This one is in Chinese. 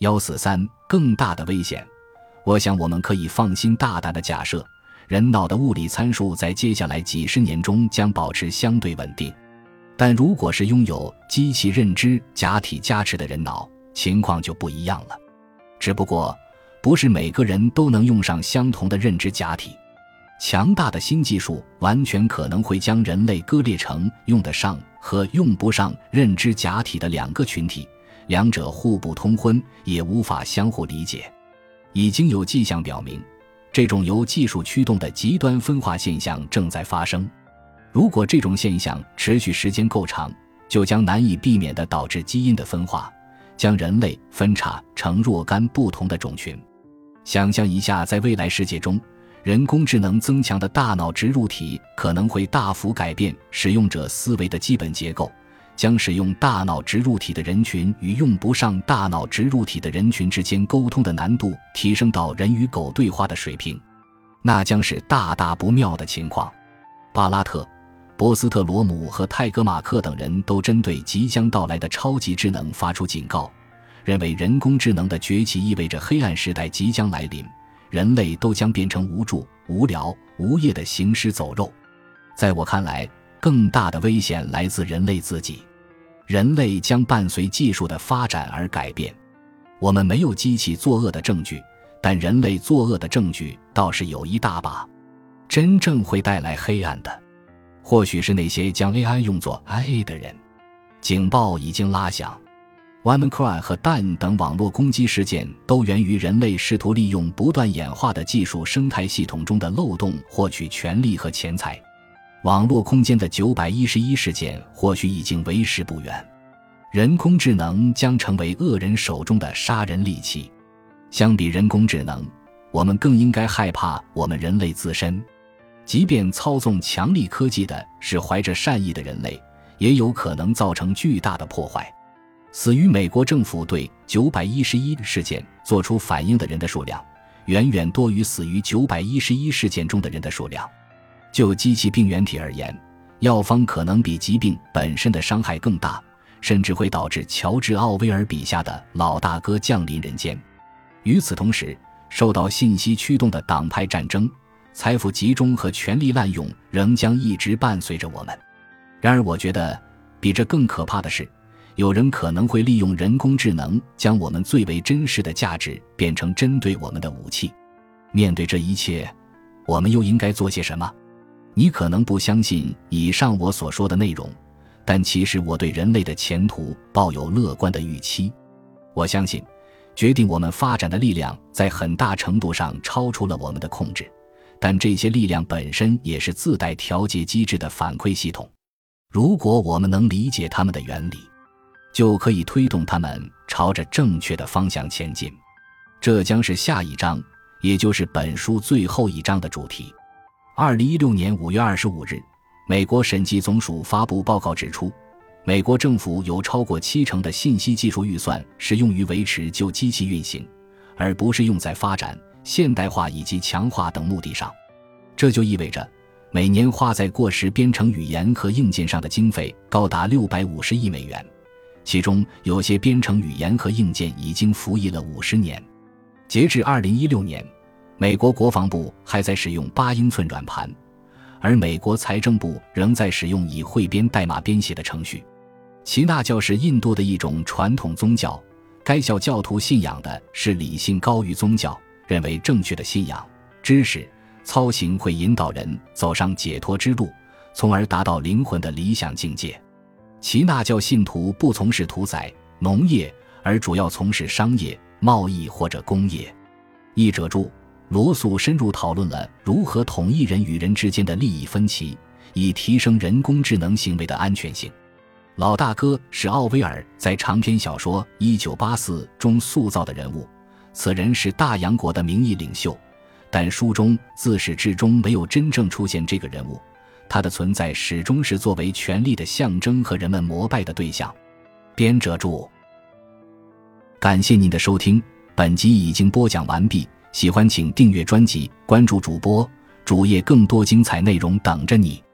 143更大的危险。我想我们可以放心大胆地假设，人脑的物理参数在接下来几十年中将保持相对稳定。但如果是拥有机器认知假体加持的人脑，情况就不一样了。只不过不是每个人都能用上相同的认知假体。强大的新技术完全可能会将人类割裂成用得上和用不上认知假体的两个群体，两者互不通婚，也无法相互理解。已经有迹象表明，这种由技术驱动的极端分化现象正在发生。如果这种现象持续时间够长，就将难以避免地导致基因的分化，将人类分叉成若干不同的种群。想象一下，在未来世界中，人工智能增强的大脑植入体可能会大幅改变使用者思维的基本结构，将使用大脑植入体的人群与用不上大脑植入体的人群之间沟通的难度提升到人与狗对话的水平，那将是大大不妙的情况。巴拉特、博斯特罗姆和泰格马克等人都针对即将到来的超级智能发出警告，认为人工智能的崛起意味着黑暗时代即将来临，人类都将变成无助、无聊、无业的行尸走肉。在我看来，更大的危险来自人类自己。人类将伴随技术的发展而改变。我们没有机器作恶的证据，但人类作恶的证据倒是有一大把。真正会带来黑暗的，或许是那些将 AI 用作 AI 的人。警报已经拉响。WannaCry 和 DAN 等网络攻击事件都源于人类试图利用不断演化的技术生态系统中的漏洞获取权力和钱财。网络空间的911事件或许已经为时不远。人工智能将成为恶人手中的杀人利器。相比人工智能，我们更应该害怕我们人类自身。即便操纵强力科技的是怀着善意的人类，也有可能造成巨大的破坏。死于美国政府对911事件做出反应的人的数量，远远多于死于911事件中的人的数量。就机器病原体而言，药方可能比疾病本身的伤害更大，甚至会导致乔治·奥威尔笔下的老大哥降临人间。与此同时，受到信息驱动的党派战争、财富集中和权力滥用仍将一直伴随着我们。然而我觉得比这更可怕的是，有人可能会利用人工智能将我们最为珍视的价值变成针对我们的武器。面对这一切，我们又应该做些什么？你可能不相信以上我所说的内容，但其实我对人类的前途抱有乐观的预期。我相信决定我们发展的力量在很大程度上超出了我们的控制，但这些力量本身也是自带调节机制的反馈系统。如果我们能理解它们的原理，就可以推动它们朝着正确的方向前进。这将是下一章，也就是本书最后一章的主题。2016年5月25日，美国审计总署发布报告指出，美国政府有超过70%的信息技术预算是用于维持旧机器运行，而不是用在发展、现代化以及强化等目的上。这就意味着每年花在过时编程语言和硬件上的经费高达650亿美元，其中有些编程语言和硬件已经服役了50年。截至2016年，美国国防部还在使用8英寸软盘，而美国财政部仍在使用以汇编代码编写的程序。耆那教是印度的一种传统宗教，该教教徒信仰的是理性高于宗教，认为正确的信仰、知识、操行会引导人走上解脱之路，从而达到灵魂的理想境界。耆那教信徒不从事屠宰、农业，而主要从事商业、贸易或者工业。译者注：罗素深入讨论了如何统一人与人之间的利益分歧，以提升人工智能行为的安全性。老大哥是奥威尔在长篇小说《1984》中塑造的人物，此人是大洋国的民意领袖，但书中自始至终没有真正出现这个人物，他的存在始终是作为权力的象征和人们膜拜的对象。编者注：感谢您的收听，本集已经播讲完毕，喜欢请订阅专辑，关注主播，主页更多精彩内容等着你。